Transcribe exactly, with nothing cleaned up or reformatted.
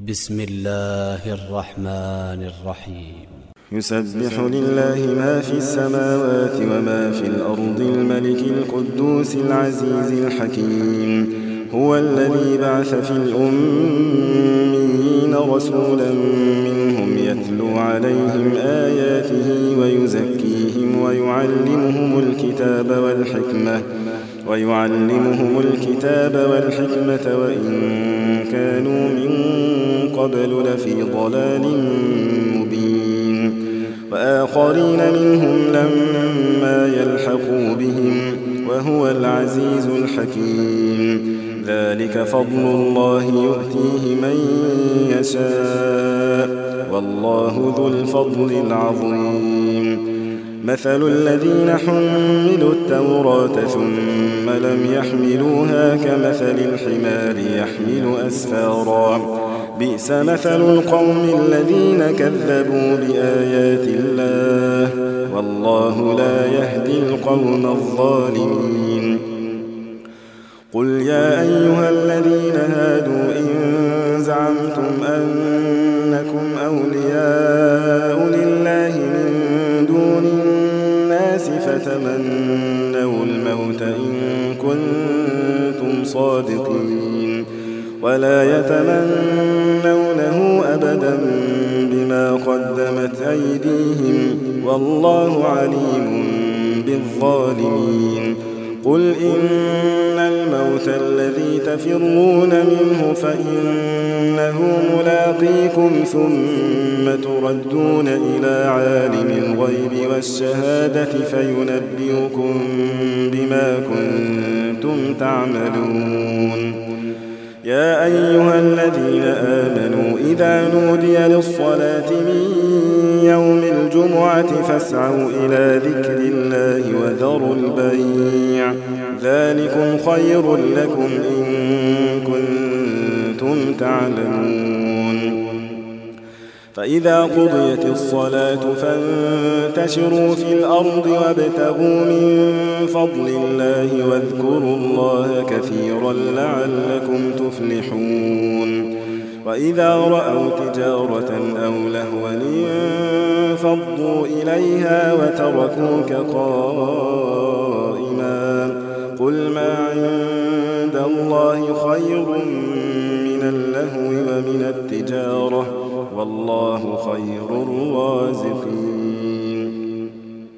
بسم الله الرحمن الرحيم يسبح لله ما في السماوات وما في الأرض الملك القدوس العزيز الحكيم. هو الذي بعث في الأميين رسولا منهم يتلو عليهم آياته ويزكيهم ويعلمهم الكتاب والحكمة ويعلمهم الكتاب والحكمة وإن كانوا من قبل لفي ضلال مبين. وآخرين منهم لما يلحقوا بهم وهو العزيز الحكيم. ذلك فضل الله يؤتيه من يشاء والله ذو الفضل العظيم. مثل الذين حملوا التوراة ثم لم يحملوها كمثل الحمار يحمل أسفارا بئس مثل القوم الذين كذبوا بآيات الله والله لا يهدي القوم الظالمين. قل يا أيها الذين هادوا إن زعمتم أنكم أولياء لله من دون الناس فتمنوا الموت إن كنتم صادقين ولا يتمنونه أبدا بما قدمت أيديهم والله عليم بالظالمين. قل إن الموت الذي تفرون منه فإنه ملاقيكم ثم تردون إلى عالم الغيب والشهادة فينبئكم بما كنتم تعملون. يا أيها الذين آمنوا إذا نودي للصلاة من يوم الجمعة فاسعوا إلى ذكر الله وذروا البيع ذلكم خير لكم إن كنتم تعلمون. فإذا قضيت الصلاة فانتشروا في الأرض وابتغوا من فضل الله واذكروا الله كثيرا لعلكم تفلحون. وإذا رأوا تجارة أو لهوا انفضوا إليها وتركوك قائما قل ما عند الله خير من اللهو ومن التجارة والله خير الرازقين.